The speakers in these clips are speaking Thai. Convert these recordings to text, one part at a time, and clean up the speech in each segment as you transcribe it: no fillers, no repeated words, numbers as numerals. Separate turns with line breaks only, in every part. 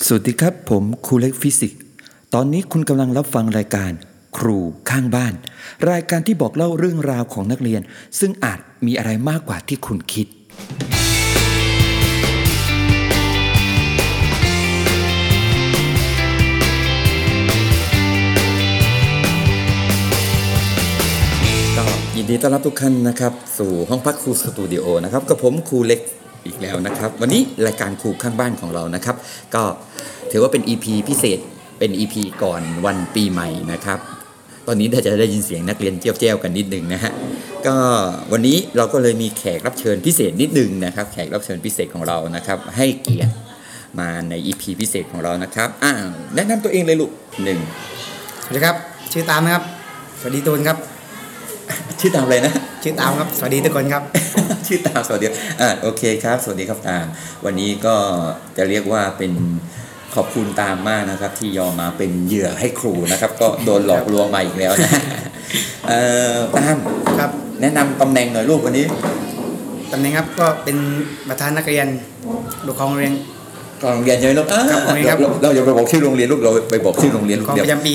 สวัสดีครับผมครูเล็กฟิสิกส์ตอนนี้คุณกำลังรับฟังรายการครูข้างบ้านรายการที่บอกเล่าเรื่องราวของนักเรียนซึ่งอาจมีอะไรมากกว่าที่คุณคิดก็ยินดีต้อนรับทุกท่านนะครับสู่ห้องพักครูสตูดิโอนะครับกับผมครูเล็กอีกแล้วนะครับวันนี้รายการครูข้างบ้านของเรานะครับก็ถือว่าเป็น EP พิเศษเป็น EP ก่อนวันปีใหม่นะครับตอนนี้จะได้ยินเสียงนักเรียนเจี้ยวๆกันนิดนึงนะฮะก็วันนี้เราก็เลยมีแขกรับเชิญพิเศษนิดนึงนะครับแขกรับเชิญพิเศษของเรานะครับให้เกียรติมาใน EP พิเศษของเรานะครับแนะนำตัวเองเลยลูก1
สวัสดีครับชื่อตามนะครับสวัสดีตูนครับ
ชื่อตามเลยนะ
ชื่อตามครับสวัสดีทุกคนครับ
ชื่อตามสวัสดีโอเคครับสวัสดีครับตามวันนี้ก็จะเรียกว่าเป็นขอบคุณตามมากนะครับที่ยอมมาเป็นเหยื่อให้ครูนะครับก็โดนหลอกลวงมาอีกแล้วนะตาม
ครับ
แนะนำตำแหน่งหน่อยลูกวันนี้
ตำแหน่งครับก็เป็นประธานนักเรียนปกครองโรงเรียน
ใช่ไหมลูกเราอย่าไปบอกชื่อโรงเรียนลูกเราไปบอกชื่อโรงเรียน
ของประจำปี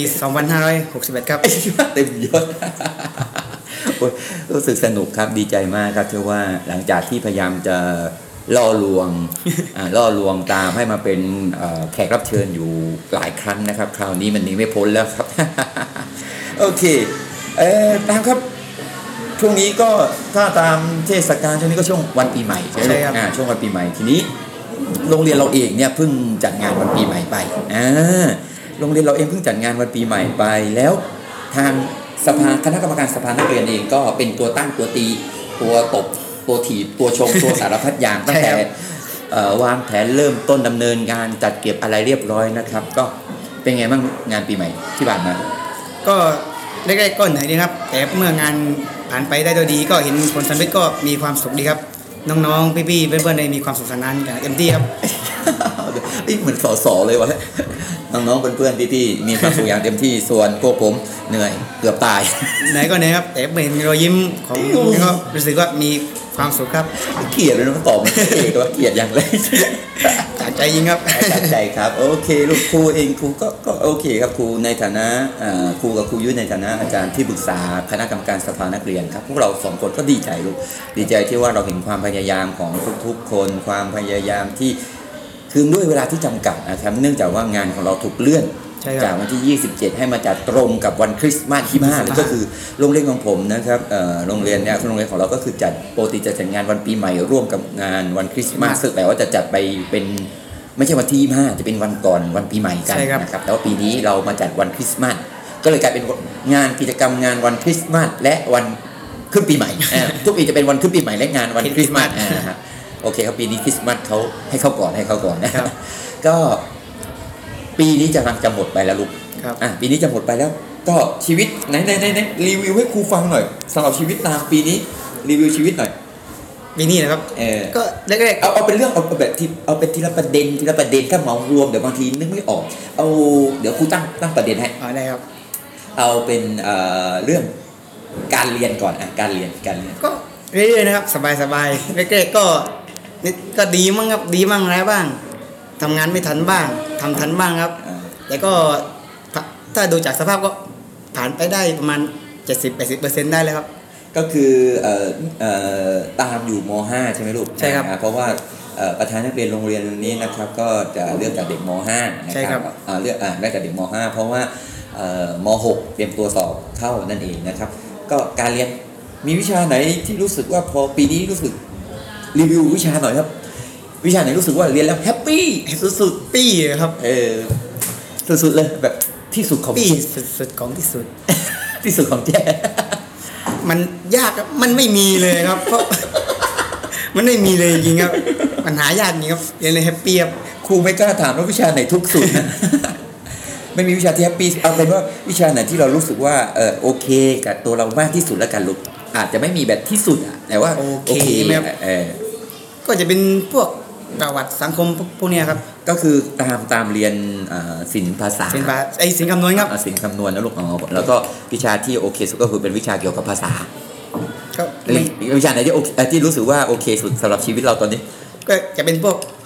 2561ครับ
เต็มยศรู้สึกสนุกครับดีใจมากครับที่ว่าหลังจากที่พยายามจะล่อลวงตามให้มาเป็นแขกรับเชิญอยู่หลายครั้งนะครับคราวนี้มันหนีไม่พ้นแล้วครับ โอเคตามครับช่วงนี้ก็ถ้าตามเทศกาลช่วงนี้ก็ช่วงวันปีใหม่ใช่ไหมช่วงวันปีใหม่ทีนี้โรงเรียนเราเองเนี่ยเพิ่งจัดงานวันปีใหม่ไปโรงเรียนเราเองเพิ่งจัดงานวันปีใหม่ไปแล้วทางคณะกรรมการสภานักเรียนเองก็เป็นตัวตั้งตัวตีตัวตบตัวถีบตัวชงตัวสารพัดอย่างตั้งแต่วางแผนเริ่มต้นดำเนินงานจัดเก็บอะไรเรียบร้อยนะครับก็เป็นไงบ้างงานปีใหม่ที่ผ่านมา
ก็แรกๆก็เหนื่อยดีครับแต่เมื่องานผ่านไปได้โดยดีก็เห็นผลสำเร็จก็มีความสุขดีครับน้องๆพี่ๆเพื่อนๆได้มีความสุขสนานกันเต็มที่ครับ
เหมือนสอเลยวะน้องๆเพื่อนๆพี่ๆมีความสุขอย่างเต็มที่ส่วนพวกผมเหนื่อยเกือบตาย
ไหนก็ไหนครับแต่เห็นรอยยิ้มของก็รู้สึกว่ามีความสุขครับ
เกลียดเลยน้องตอบไม่เอกว่าเกลียดอย่างไร
จากใจจริงครับ
จากใจครับโอเคลูกครูเองครูก็โอเคครับครูในฐานะครูกับครูยุ้ยในฐานะอาจารย์ที่ปรึกษาคณะกรรมการสภานักเรียนครับพวกเรา2คนก็ดีใจลูกดีใจที่ว่าเราเห็นความพยายามของทุกๆคนความพยายามที่คือด้วยเวลาที่จำกัดนะครับเนื่องจากว่างานของเราถูกเลื่อนจากวันที่27ให้มาจัดตรงกับวันคริสต์มาสที่5ก็คือโรงเรียนของผมนะครับโรงเรียนเนี่ยโรงเรียนของเราก็คือจัดปกติจะจัดงานวันปีใหม่ร่วมกับงานวันคริสต์มาสแต่ว่าจะจัดไปเป็นไม่ใช่วันที่25จะเป็นวันก่อนวันปีใหม่กันนะครับแต่ว่าปีนี้เรามาจัดวันคริสต์มาสก็เลยกลายเป็นงานกิจกรรมงานวันคริสต์มาสและวันขึ้นปีใหม่ทุกปีจะเป็นวันขึ้นปีใหม่และงานวันคริสต์มาสนะครับโอเคครับปีนี้คริสต์มาสเขาให้เข้าก่อนนะครับก็ปีนี้จะกำลังจะหมดไปแล้วลูกปีนี้จะหมดไปแล้วก็ชีวิตไหนรีวิวให้ครูฟังหน่อยสำหรับชีวิตตามปีนี้รีวิวชีวิตหน่อย
ปีนี้นะครับก็แรกๆ
เอาเป็นเรื่องเอาแบบที่เอาเป็นทีละประเด็นถ้าเหมารวมเดี๋ยวบางทีนึกไม่ออกเอาเดี๋ยวครูตั้งประเด็นให้
ได้ครับ
เอาเป็นเรื่องการเรียนก่อนการเรียน
ก็เรื่อยๆนะครับสบายๆแรกๆก็ดีมั่งครับดีมั่งอะไรบ้างทำงานไม่ทันบ้างทำทันบ้างครับแต่ก็ถ้าดูจากสภาพก็ผ่านไปได้ประมาณ 70-80% ได้แล้วครับ
ก็คือตามอยู่ม.5 ใช่ไหมลูก
ใช่ครับ
เพราะว่าประธานนักเรียนโรงเรียนนี้นะครับก็จะเลือกจากเด็กม.5 นะครับเลือกจากเด็กม.5 เพราะว่าม.6 เตรียมตัวสอบเข้านั่นเองนะครับก็การเรียนมีวิชาไหนที่รู้สึกว่าพอปีนี้รู้สึกรีวิววิชาหน่อยครับวิชาไหนรู้สึกว่าเรียนแล้วแฮปปี้สุดๆปี้
ครับ
สุดๆเลยแบบที่สุดของ
ปี้สุดของที่สุด
ที่สุดของแจ้
มันยากครับมันไม่มีเลยครับเพราะมันไม่มีเลยจริงครับปัญหายากจริงครับเรียนเลยแฮปปี้ครับ
ครูไม่กล้าถามว่าวิชาไหนทุกสุดนะไม่มีวิชาที่แฮปปี้เอาเป็นว่าวิชาไหนที่เรารู้สึกว่าโอเคกับตัวเรามากที่สุดแล้วกันลูกอาจจะไม่มีแบบที่สุดแต่ว่าโอเค
ก็จะเป็นพวกประวัติสังคมพวกนี้ครับ
ก็คือตามเรียนศิลป์ภาษา
ศิลป์คำนวณครับ
ศิลป์คำนวณนะลูกแล้วก็วิชาที่โอเคสุดก็คือเป็นวิชาเกี่ยวกับภาษา
ก็
วิชาไหนที่รู้สึกว่าโอเคสุดสำหรับชีวิตเราตอนนี้
ก็จะเป็นพวก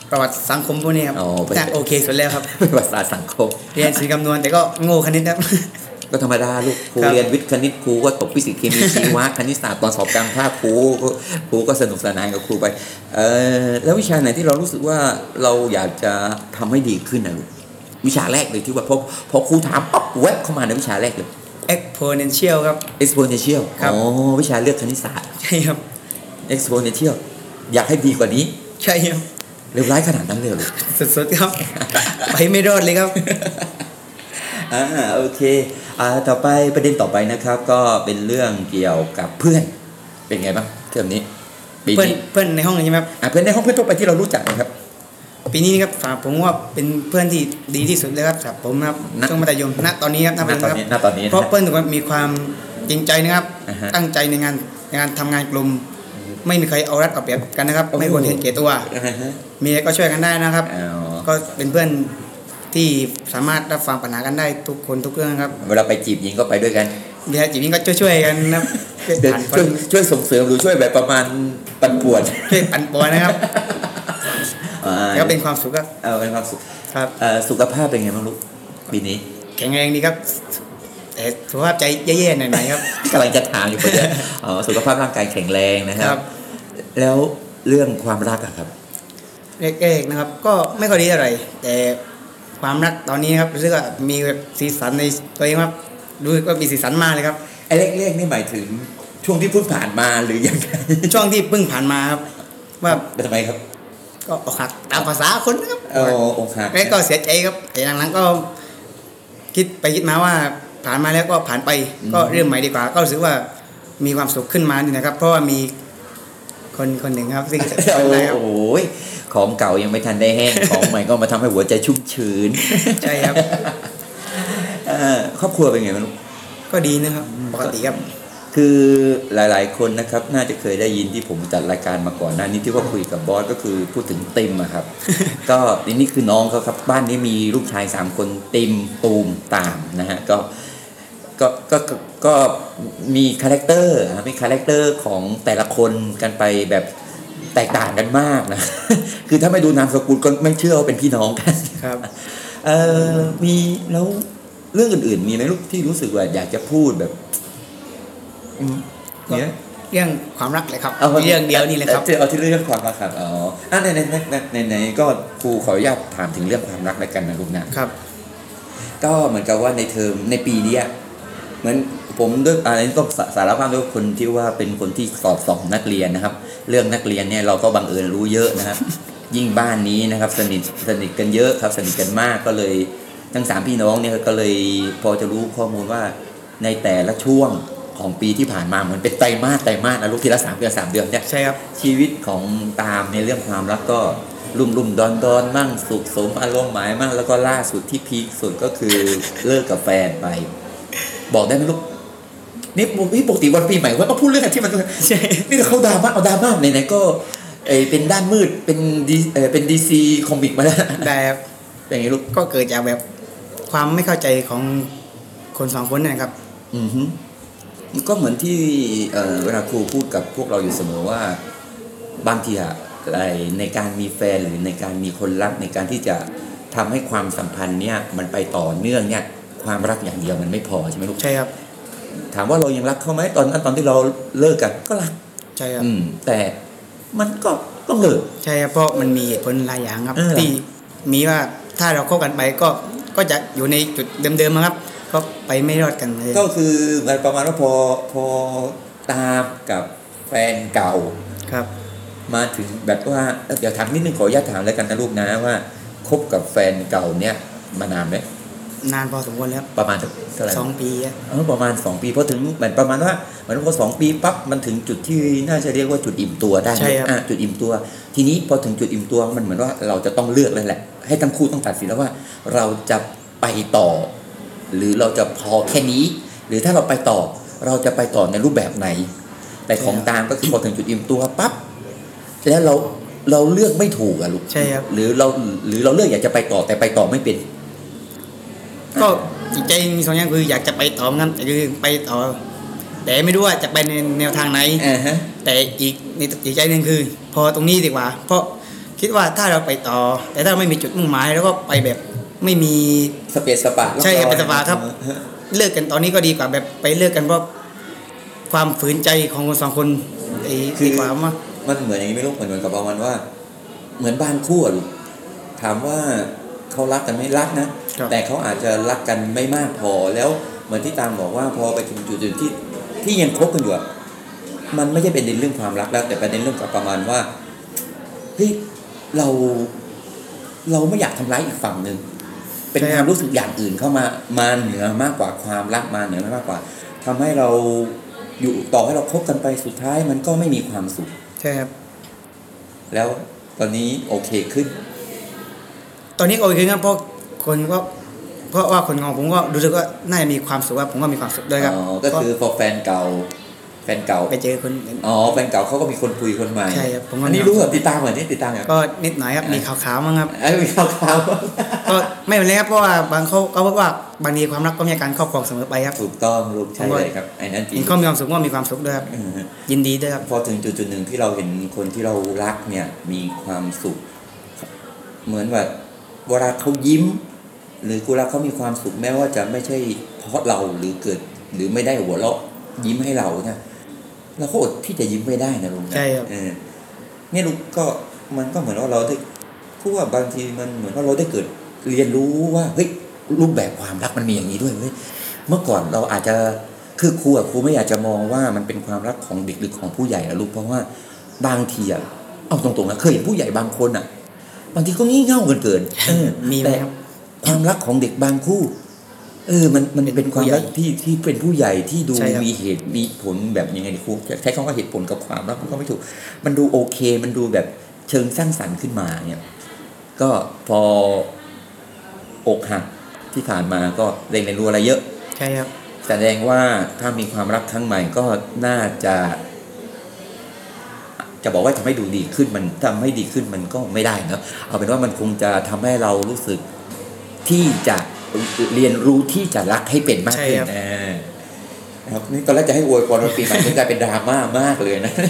ประวัติสังคมพวกนี้ครับ
อ๋อเป็น
น่าโอเคสุดแล้วครับ
ประวัติศาสตร์สังคม
เรียนศิลป์คำนวณแต่ก็โง่คณิตครับ
ก็ธรรมดาลูกครู
ครับ
เรียนวิทย์คณิตครูก็ตกฟิสิกส์เคมีชีวะคณิตศาสตร์ตอนสอบกลางภาคครูก็สนุกสนานกับครูไปแล้ววิชาไหนที่เรารู้สึกว่าเราอยากจะทำให้ดีขึ้นนะลูกวิชาแรกเลยที่ว่าพอครูถามปั๊บแวบเข้ามาในวิชาแรกเลย
exponential ครับ
exponential
ครับ
อ๋อวิชาเลือกคณิตศาสตร์
ใช่ครับ
exponential อยากให้ดีกว่านี้
ใช่ครับ
เร็วร้ายขนาดนั้นเลยเหรอ
สุดๆครับ ไปไม่รอดเลยครับ
โอเคต่อไปประเด็นต่อไปนะครับ ก็เป็นเรื่องเกี่ยวกับเพื่อนเป็นไงบ้างเทอมนี้ปี
เพื่อน
นี้
เพื่อนในห้องใช่ไหมครับ
เพื่อนในห้องเพื่อนทั่วไปที่เรารู้จักนะครับ
ปีนี้ครับฝากผมว่าเป็นเพื่อนที่ดีที่สุดเลยครับสำหรับผมนะครับ
ณ
ช่วงมัธยมณตอนนี้ครับ
ณตอนนี้ณตอนนี้นะ
เพราะเพื่อนถือว่ามีความจริงใจนะครับ
อ่าฮะ
ตั้งใจในงานทำงานกลุ่ม ไม่มีใครเอารัดเอาเปรียบกันนะครับ
โอ้โห
ไม่ควรเห็นแก่ตัว
อ่าฮะ
มีอะไรก็ช่วยกันได้นะครับ
อ๋อ
ก็เป็นเพื่อนที่สามารถรับฟังปัญหากันได้ทุกคนทุกเรื่องครับ
เวลาไปจีบหญิงก็ไปด้วยกัน
มีอะไรจีบนี้ก็ช่วยๆกันนะครับช่วย
เดี๋ยว
ผ่าน
ช่วยส่งเสริมหรือช่วยแบบประมาณปั่นป่วน
ช่วยปั่นป่วนนะครับ
อ่า
แล้วเป็นความสุขครับ
เป็นความสุข
ครับ
สุขภาพเป็นไงบ้างลูกปีนี้
แข็งแรงดีครับ แต่สุขภาพใจแย่ๆหน่อยๆครับ
กำลังจะถามอยู่พอดีสุขภาพร่างกายแข็งแรงนะค
ค
รั
รับ บ
แล้วเรื่องความรักอะครับ
แรกๆนะครับ ก็ไม่ค่อยดีอะไร แต่ความรักตอนนี้ครับรู้สึกว่ามีแบบสีสันในตัวเองครับรู้สึกว่ามีสีสันมากเลยครับ
ไอ้เลขๆนี่หมายถึงช่วงที่เพิ่งผ่านมาหรือยังไง
ช่วงที่เพิ่งผ่านมาครับ ว่า
เป็นทำไมครับ
ก็อกหักตามภาษาคนนะครับ
องค์หัก
แรกก็เสียใจครับแต่หลังๆก็คิดไปคิดมาว่าผ่านมาแล้วก็ผ่านไปก็เริ่มใหม่ดีกว่า ก็รู้สึกว่ามีความสุขขึ้นมานี่นะครับ เพราะว่ามีคนหนึ่งครับซึ่ง
โอ้
ได้ครับ
โหของเก่ายังไม่ทันได้แห้ง ของใหม่ก็มาทำให้หัวใจชุ่มชื้น
ใช่ครับ
ครอบครัวเป็นไงบ้างลูก
ก็ดีนะครับปกติครับ
คือหลายๆคนนะครับน่าจะเคยได้ยินที่ผมจัดรายการมาก่อนหน้านี้ที่ว่าคุยกับบอสก็คือพูดถึงติมอะครับ ก็นี่คือน้องเขาครับบ้านนี้มีลูกชาย3คนติมตูมตามนะฮะก็มีคาแรคเตอร์ของแต่ละคนกันไปแบบแตกต่างกันมากนะ คือถ้าไม่ดูนามสกุลก็ไม่เชื่อว่าเป็นพี่น้องกัน
ครับ
มีแล้วเรื่องอื่นๆมีไหมลูกที่รู้สึกว่าอยากจะพูดแบบเนี่ย
เรื่องความรักเลยครับ
เอา
เรื่องเดียวนี่เลยครับ
เอาที่เรื่องความรักครับในก็ครูขออนุญาตถามถึงเรื่องความรักแล้วกันนะลูกนะครับ ก็เหมือนกับว่าในเทอมในปีเนี้ยเหมือนผมด้วยอะไรต้องสารภาพด้วยคนที่ว่าเป็นคนที่สอบส่องนักเรียนนะครับ เรื่องนักเรียนเนี่ยเราก็บังเอิญรู้เยอะนะครับ ยิ่งบ้านนี้นะครับสนิทกันเยอะครับสนิทกันมากก็เลยทั้ง3พี่น้องเนี่ยก็เลยพอจะรู้ข้อมูลว่าในแต่ละช่วงของปีที่ผ่านมาเหมือนเป็นไตรมาสนะลูกทีละ3 เดือนเนี่ย
ใช่ครับ
ชีวิตของตามในเรื่องความรักก็ลุ่มดอนมั่งสุขสมอารมณ์หมายมั่งแล้วก็ล่าสุดที่พีคสุดก็คือเลิกกับแฟนไป บอกได้ไหมลูกนี่ปกติวันปีใหม่ว่าก็พูดเรื่องอะไรที่มัน
ใช่
นี่เขาดราม่าเอาดราม่าไหนๆก็เป็นด้านมืดเป็นดีซีคอมิกมาแล้ว
ได้ครับ
เป็นไงลูก
ก็เกิดจากแบบความไม่เข้าใจของคนสองคนนี่นะครับ
อือฮึก็เหมือนที่เวลาครูพูดกับพวกเราอยู่เสมอว่าบางทีอะในการมีแฟนหรือในการมีคนรักในการที่จะทำให้ความสัมพันธ์เนี่ยมันไปต่อเนื่องเนี่ยความรักอย่างเดียวมันไม่พอใช่ไหมลูก
ใช่ครับ
ถามว่าเรายังรักเขาไหมตอนที่เราเลิกกันก็รัก
ใช่ครับ
แต่มันก็ต้องเลิก
ใช่ครับเพราะมันมีเหตุผลหลายอย่างครับ
เออ
ที่มีว่าถ้าเราคบกันไปก็จะอยู่ในจุดเดิมๆนะครับ ก็ไปไม่รอดกันเลย
ก็คือมันประมาณว่าพอตามกับแฟนเก่า
ครับ
มาถึงแบบว่าเดี๋ยวถามนิดนึงขออนุญาตถามแล้วกันนะลูกนะว่าคบกับแฟนเก่าเนี่ยมานานไหม
นานพอสมควรแล้ว
ประมาณเท่าไหร่
2 ปีอะ
ประมาณ2 ปีเพราะถึงเหมือนประมาณว่าเหมือนพอ2 ปีปั๊บมันถึงจุดที่น่าจะเรียกว่าจุดอิ่มตัวได้
ใช่ครับ
จุดอิ่มตัว ทีนี้พอถึงจุดอิ่มตัวมันเหมือนว่าเราจะต้องเลือกเลยแหละให้ทั้งคู่ต้องตัดสินแล้วว่าเราจะไปต่อ หรือเราจะพอแค่นี้ หรือถ้าเราไปต่อเราจะไปต่อในรูปแบบไหน แต่ของตามก็คือพอถึงจุดอิ่มตัวปั๊บแล้วเราเลือกไม่ถูกอะลูก
ใช่ครับ
หรือเราเลือกอยากจะไปต่อแต่ไปต่อไม่เป็น
ก็จิตใจมีสองอย่างคืออยากจะไปต่อเหมือนกันแต่คือไปต่อ แต่ไม่รู้ว่าจะไปในแนวทางไหน แต่อีกในจิตใจหนึ่งคือ พอตรงนี้ดีกว่า เพราะคิดว่าถ้าเราไปต่อ แต่ถ้าไม่มีจุดมุ่งหมายแล้วก็ไปแบบไม่มี
สเปซสปะ
ใช่เป็นสปาครับ เลิกกันตอนนี้ก็ดีกว่าแบบไปเลิกกันเพราะความฝืนใจของคนสองคนดีกว่ามั้ง
มันเหมือนอย่างนี้ไม่รู้เหมือนกับประมาณว่า เหมือนบ้านคู่อะลูกถามว่าเขารักกันไหม่รักนะ แต่เขาอาจจะรักกันไม่มากพอแล้วเหมือนที่ตามบอกว่าพอไปถึงจุดที่ยังคบกันอยู่อะมันไม่ใช่เป็นเรื่องความรักแล้ว แต่เป็นเรื่องกับประมาณว่าเฮ้ยเราไม่อยากทำร้ายอีกฝั่งหนึ่งเป็นความรู้สึกอย่างอื่นเข้ามาเหนือมากกว่าความรักมาเหนือมากกว่าทำให้เราอยู่ต่อให้เราคบกันไปสุดท้ายมันก็ไม่มีความสุข
ใช่ครับ
แล้วตอนนี้โอเคขึ้น
ตอนนี้โอเคครับเพราะว่าคนของผมก็รู้สึกว่าน่าจะมีความสุขว่าผมก็มีความสุขด้วยครับ
อ๋อก็คือพอแฟนเก่า
ไปเจอคน
อ๋อแฟนเก่าเขาก็มีคนคุยคนใหม่
ใช่ครับผมก็
อันนี้รู้แบบติดตามเหมือนนี่ติดตามอย่าง
ก็นิดหน่อยครับมีขาวๆมั้งครับ
มีข่าว
ก็ไม่เป็นไรครับเพราะว่าบางเขาก็พบว่าบางทีความรักก็มีการครอบครองเสมอไปครับ
ถูกต้องลูกใช่เลยครับไอ้นั่นจริ
เห็
ง
นเขามีความสุขก็มีความสุขด้วยครับยินดีด้วยครับ
พอถึงจุดหนึ่งที่เราเห็นคนที่เรารักเนี่ยมีความสุข เหมือนแบบเวลาเขายิ้ม หรือกูรักเขามีความสุขแม้ว่าจะไม่ใช่เพราะเราหรือเกิดหรือไม่ได้หัวเราะยิ้มให้เราเนี่ยเราก็อดที่จะยิ้มไม่ได้นะลุงนะ
ใช่ครับ
นี่ลูกก็มันก็เหมือนว่าเราได้พูดว่าบางทีมันเหมือนว่าเราได้เกิดเรียนรู้ว่าเฮ้ยรูปแบบความรักมันมีอย่างนี้ด้วยเว้ยเมื่อก่อนเราอาจจะคือครูไม่อยากจะมองว่ามันเป็นความรักของเด็กหรือของผู้ใหญ่นะลูกเพราะว่าบางทีอ่ะเอาตรงๆนะเคยเห็นผู้ใหญ่บางคนอ่ะบางทีก็งี่เง่าเกิน
มีไหม
แต่
ครับ
ความรักของเด็กบางคู่มันเป็นความรักที่เป็นผู้ใหญ่ที่ดู
ใช่ครับ
มีเหตุมีผลแบบยังไงดีครูใช้คำว่าเหตุผลกับความรักมันก็ไม่ถูกมันดูโอเค มันดูแบบเชิงสร้างสรรค์ขึ้นมาเนี่ยก็พออกหักที่ผ่านมาก็เรียนรู้อะไรเยอะ
ใช่ครับ
แสดงว่าถ้ามีความรักครั้งใหม่ก็น่าจะบอกว่าทำให้ดูดีขึ้นมันทำให้ดีขึ้นมันก็ไม่ได้นะเอาเป็นว่ามันคงจะทำให้เรารู้สึกที่จะเรียนรู้ที่จะรักให้เป็นมากขึ้นนะครับนี่ตอนแรกจะให้อวยพรวันปีใหม่ก็กลายเป็นดราม่ามากเลยนะ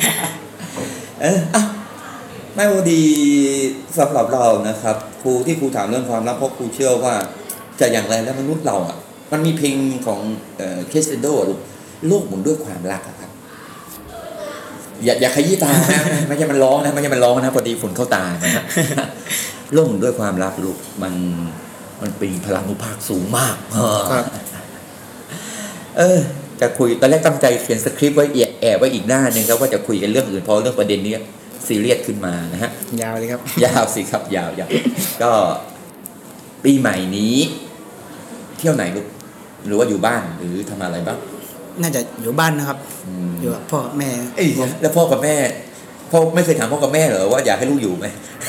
ไม่พอดีสำหรับเรานะครับครูที่ครูถามเรื่องความรักเพราะครูเชื่อว่าจะอย่างไรแล้วมนุษย์เราอ่ะมันมีเพลงของเคสเซโดโลกหมุนด้วยความรักครับอย่าขยี้ตานะไม่ใช่มันร้องนะไม่ใช่มันร้องนะพอดีฝุ่นเข้าตานะโลกหมุนด้วยความรักลูกมันเป็นพลังอนุภาคสูงมาก
ครับ
จะคุยตอนแรกตั้งใจเขียนสคริปต์ไว้แอบไว้อีกหน้านึงครับว่าจะคุยกันเรื่องอื่นเพราะเรื่องประเด็นนี้ซีเรียสขึ้นมานะฮะ
ยาวเลยครับ
ยาวสิครับยาวก็ปีใหม่นี้เที่ยวไหนลูกหรือว่าอยู่บ้านหรือทำอะไรบ้าง
น่าจะอยู่บ้านนะครับอยู่กับพ่อกับแม่
แล้วพ่อกับแม่พ่อไม่เคยถามพ่อกับแม่เหรอว่าอยากให้ลูกอยู่ไหม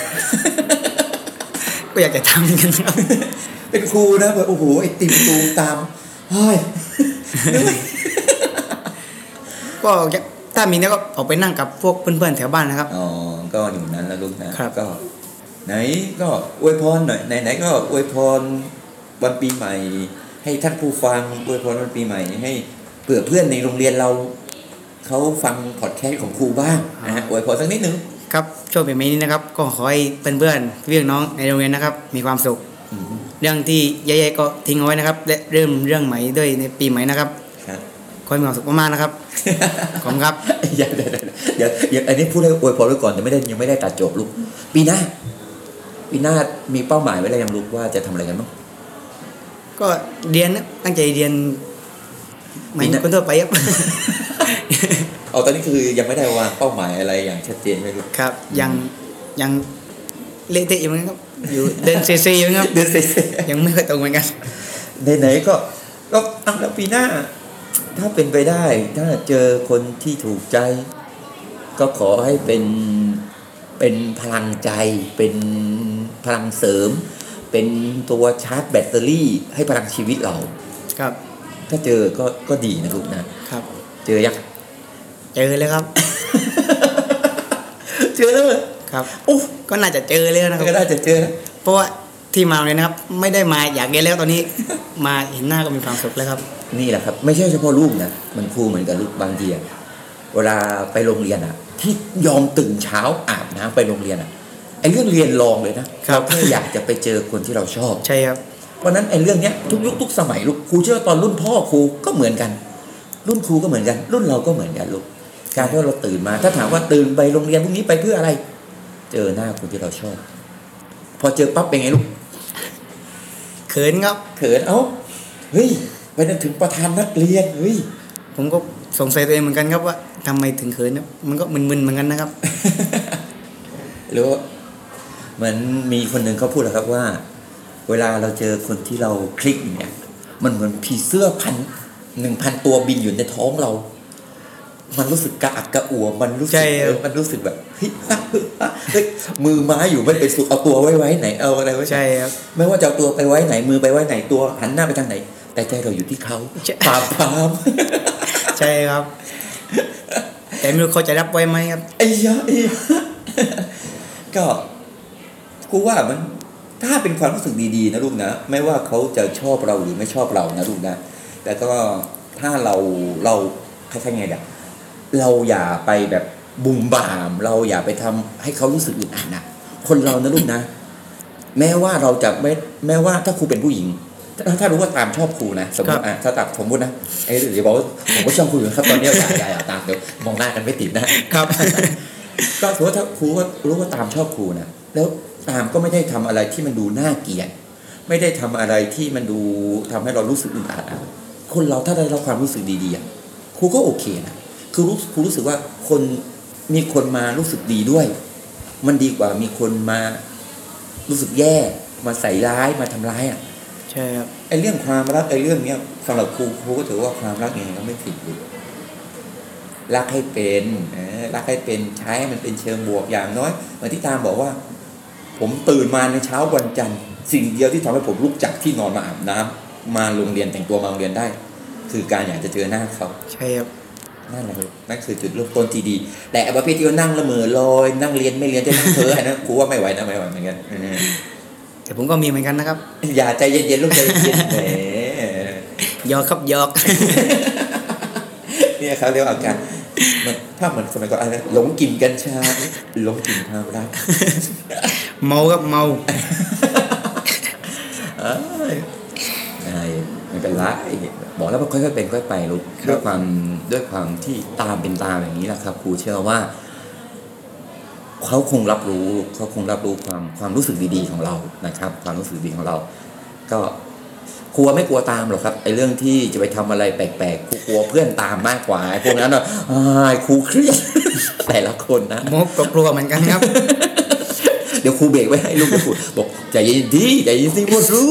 ก็อยากจะทำกันครับ
เป็นครูนะแบบโอ้โหไอ้ติมตูมตามเฮ้ย
ก็ถ้ามีเนี่ยก็ออกไปนั่งกับพวกเพื่อนๆแถวบ้านนะครับ
อ๋อก็อยู่นั้นแล้วลูกนะครับก็ไหนก็อวยพรหน่อยไหนก็อวยพรวันปีใหม่ให้ท่านผู้ฟังอวยพรวันปีใหม่ให้เผื่อเพื่อนในโรงเรียนเราเขาฟังพอดแคสต์ของครูบ้างนะฮะอวยพรสักนิดนึง
ครับช่วงปีใหม่นี้นะครับก็ขอให้เพื่อนๆพี่น้องในโรงเรียนนะครับมีความสุขเรื่องที่แย่ๆก็ทิ้งเอาไว้นะครับและเริ่มเรื่องใหม่ด้วยในปีใหม่นะครับขอให้มีความสุขมากๆนะครับขอบคุณครับ
เดี๋ยวอันนี้พูดให้อวยพรไว้ก่อนยังไม่ได้ตัดจบลูกปีหน้ามีเป้าหมายไว้แล้วยังลูกว่าจะทำอะไรกันบ้าง
ก็เรียนตั้งใจเรียนเหมือนคนทั่วไปครับ
ตอนนี้คือยังไม่ได้วางเป้าหมายอะไรอย่างชัดเจนไม่รู้
ครับยังเละเทะอยู่ครับอยู่เดินเซๆอยู่ครับ
เดินเซ
ยังไม่เคยตรงเหมือนกัน
ไหนๆก็แล้วปีหน้าถ้าเป็นไปได้ถ้าเจอคนที่ถูกใจก็ขอให้เป็นพลังใจเป็นพลังเสริมเป็นตัวชาร์จแบตเตอรี่ให้พลังชีวิตเรา
ครับ
ถ้าเจอก็ดีนะลูกนะครับเจอยัง
เจอเลยครับ
เจอแล้ว
ครับก็น่าจะเจอเลยนะครับ
ก็น่าจะเจอ
เพราะว่าที่มาเลยนะครับไม่ได้มาอยากเรียนแล้วตอนนี้มาเห็นหน้าก็มีความสุขแล้วครับ
นี่แหละครับไม่ใช่เฉพาะลูกนะมันครูเหมือนกับลูกบางทีเวลาไปโรงเรียนที่ยอมตื่นเช้าอาบน้ำไปโรงเรียนไอ้เรื่องเรียนรองเลยนะเราแค่อยากจะไปเจอคนที่เราชอบ
ใช่ครับ
เพราะนั้นไอ้เรื่องเนี้ยทุกยุคทุกสมัยลูกครูเชื่อตอนรุ่นพ่อครูก็เหมือนกัน รุ่นครูก็เหมือนกัน รุ่นเราก็เหมือนกันลูกการที่เราตื่นมาถ้าถามว่าตื่นไปโรงเรียนพรุ่งนี้ไปเพื่ออะไร เจอหน้าคนที่เราชอบ พอเจอปั๊บเป็นไงลูก
เขินครับ
เขินเฮ้ยไปนั่นถึงประธานนักเรียนเฮ้ย
ผมก็สงสัยตัวเองเหมือนกันครับว่าทำไมถึงเขินนะมันก็มึนๆเหมือนกันนะครับ
หรือว่าเหมือนมีคนหนึ่งเขาพูดแล้วครับว่าเวลาเราเจอคนที่เราคลิกเนี่ยมันเหมือนผีเสื้อ1,000 ตัวบินอยู่ในท้องเรา มันรู้สึกกระอักกระอ่วมันรู้สึกมันรู้สึกแบบเฮ้ยมือไม้อยู่ไม่ไปสุดเอาตัวไว้ไหนเอาอะไรไว้
ใช่ครับ
ไม่ว่าจะเอาตัวไปไว้ไหนมือไปไว้ไหนตัวหันหน้าไปทางไหนแต่ใจเราอยู่ที่เขาปาม
ใช่ครับแต่ไม่รู้เขาจะรับไว้ไหมครับ
ไอ้ยะก็กูว่ามันถ้าเป็นความรู้สึกดีๆนะลูกนะไม่ว่าเขาจะชอบเราหรือไม่ชอบเรานะลูกนะแต่ก็ถ้าเราคล้ายๆไงเนี่ยเราอย่าไปแบบบุ่มบ่ามเราอย่าไปทำให้เขารู้สึกอึดอัดนะคนเรานะลูกนะแม้ว่าเราจะไม่แม้ว่าถ้าครูเป็นผู้หญิงถ้ารู้ว่าตามชอบครูนะสมมติถ้าตัดสมมตินะเดี๋ยวบอกว่าผมก็ชอบครูอยู่ครับตอนนี้อย่าตามเดี๋ยวมองหน้ากันไม่ติดนะครับก็ถือว่าถ้าครูก็รู้ว่าตามชอบครูนะแล้วตามก็ไม่ได้ทำอะไรที่มันดูน่าเกลียดไม่ได้ทำอะไรที่มันดูทำให้เรารู้สึกอึดอัดคนเราถ้าได้รับความรู้สึกดีๆครูก็โอเคนะคือครูรู้สึกว่ามีคนมารู้สึกดีด้วยมันดีกว่ามีคนมารู้สึกแย่มาใส่ร้ายมาทำร้าย
ใช่ครับ
ไอ้เรื่องความรักไอ้เรื่องเนี้ยสำหรับครูก็ถือว่าความรักเองก็ไม่ผิดอยู่รักให้เป็นใช้มันเป็นเชิงบวกอย่างน้อยเหมือนที่ตามบอกว่าผมตื่นมาในเช้าวันจันทร์สิ่งเดียวที่ทำให้ผมลุกจากที่นอนมาอาบน้ำมาโรงเรียนแต่งตัวมาโรงเรียนได้คือการอยากจะเจอหน้าเขา
ใช่ครับ
นั่นแหละนั่นคือจุดเริ่มต้นที่ดีแต่ประเภทที่ว่านั่งละเมอลอยนั่งเรียนไม่เรียนจะนั่งเพ้อนะครูว่าไม่ไหวเหมือนกัน
แต่ผมก็มีเหมือนกันนะครับ
อย่าใจเย็นๆลูกใจเย็นแหม
ยอกครับยอก
เนี่ยเขาเรียกว่าอาการมันถ้าเหมือนสมัยก่อนอะไรหลงกลิ่นกัญชาหลงกลิ่นความรัก
เมาครับเมา
ไม่เป็นไรบอกแล้วว่าค่อยๆเป็นค่อยไปลูกด้วยความที่ตามเป็นตามอย่างนี้แหละครับครูเชื่อว่าเขาคงรับรู้ความรู้สึกดีๆของเรานะครับความรู้สึกดีของเราก็ครูไม่กลัวตามหรอกครับไอ้เรื่องที่จะไปทำอะไรแปลกๆครูกลัวเพื่อนตามมากกว่าไอ้พวกนั้นน่ะครูเครียดแต่ละคนนะ
มกก็กลัวเหมือนกันครับ
เดี๋ยวครูเบรกไว้ให้ลูกครูบอกใจเย็นดิพูดรู้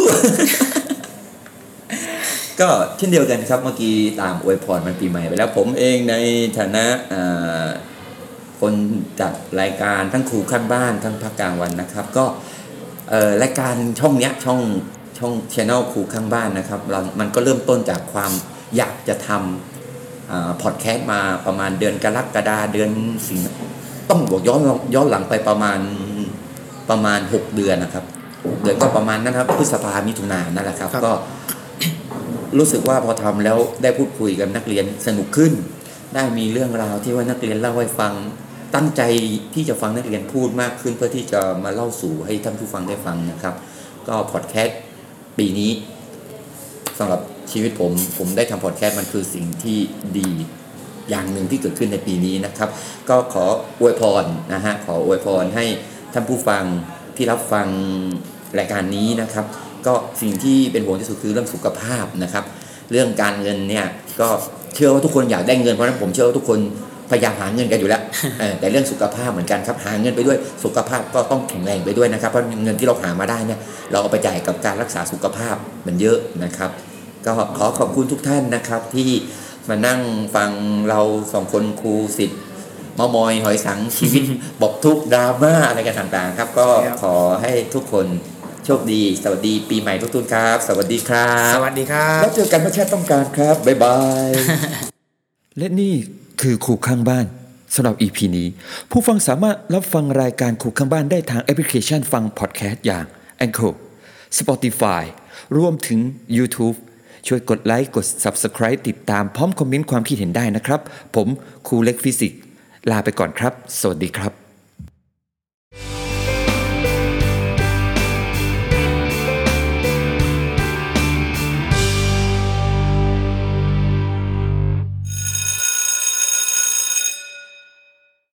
ก็เช่นเดียวกันครับเมื่อกี้ตามอวยพรมันปีใหม่ไปแล้วผมเองในฐานะคนจัดรายการทั้งครูข้างบ้านทั้งภาคกลางวันนะครับก็รายการช่องเนี้ยช่อง channel ครูข้างบ้านนะครับมันก็เริ่มต้นจากความอยากจะทำพอดแคสต์มาประมาณเดือนกรกฎาเดือนสิงห์ต้องบอกย้อนหลังไปประมาณ6 เดือนนะครับเดือนก็ประมาณนั้นครับพฤษภามิถุนายนนั่นแหละครับก็รู้สึกว่าพอทำแล้วได้พูดคุยกับนักเรียนสนุกขึ้นได้มีเรื่องราวที่ว่านักเรียนเล่าให้ฟังตั้งใจที่จะฟังนักเรียนพูดมากขึ้นเพื่อที่จะมาเล่าสู่ให้ท่านผู้ฟังได้ฟังนะครับก็พอดแคสต์ปีนี้สำหรับชีวิตผมได้ทำพอดแคสต์มันคือสิ่งที่ดีอย่างหนึ่งที่เกิดขึ้นในปีนี้นะครับก็ขออวยพรนะฮะขออวยพรให้ท่านผู้ฟังที่รับฟังรายการนี้นะครับก็สิ่งที่เป็นห่วงที่สุดคือเรื่องสุขภาพนะครับเรื่องการเงินเนี่ยก็เชื่อว่าทุกคนอยากได้เงินเพราะฉะนั้นผมเชื่อว่าทุกคนพยายามหาเงินกันอยู่แล้วแต่เรื่องสุขภาพเหมือนกันครับหาเงินไปด้วยสุขภาพก็ต้องแข็งแรงไปด้วยนะครับเพราะเงินที่เราหามาได้เนี่ยเราเอาไปจ่ายกับการรักษาสุขภาพมันเยอะนะครับก็ขอขอบคุณทุกท่านนะครับที่มานั่งฟังเรา2 คนครูศิษย์มอมอยหอยสังชีวิตบอกทุกดราม่าอะไรกันต่างๆครับก็ขอให้ทุกคนโชคดีสวัสดีปีใหม่ทุกท่านครับสวัสดีครับ
สวัสดีครับ
แล้วเจอกันเมื่อชาติต้องการครับบ๊ายบายและนี่คือครูข้างบ้านสำหรับ EP นี้ผู้ฟังสามารถรับฟังรายการครูข้างบ้านได้ทางแอปพลิเคชันฟังพอดแคสต์อย่าง Anchor Spotify รวมถึง YouTube ช่วยกดไลค์กด Subscribe ติดตามพร้อมคอมเมนต์ความคิดเห็นได้นะครับผมครูเล็กฟิสิกส์ลาไปก่อนครับสวัสดีครับ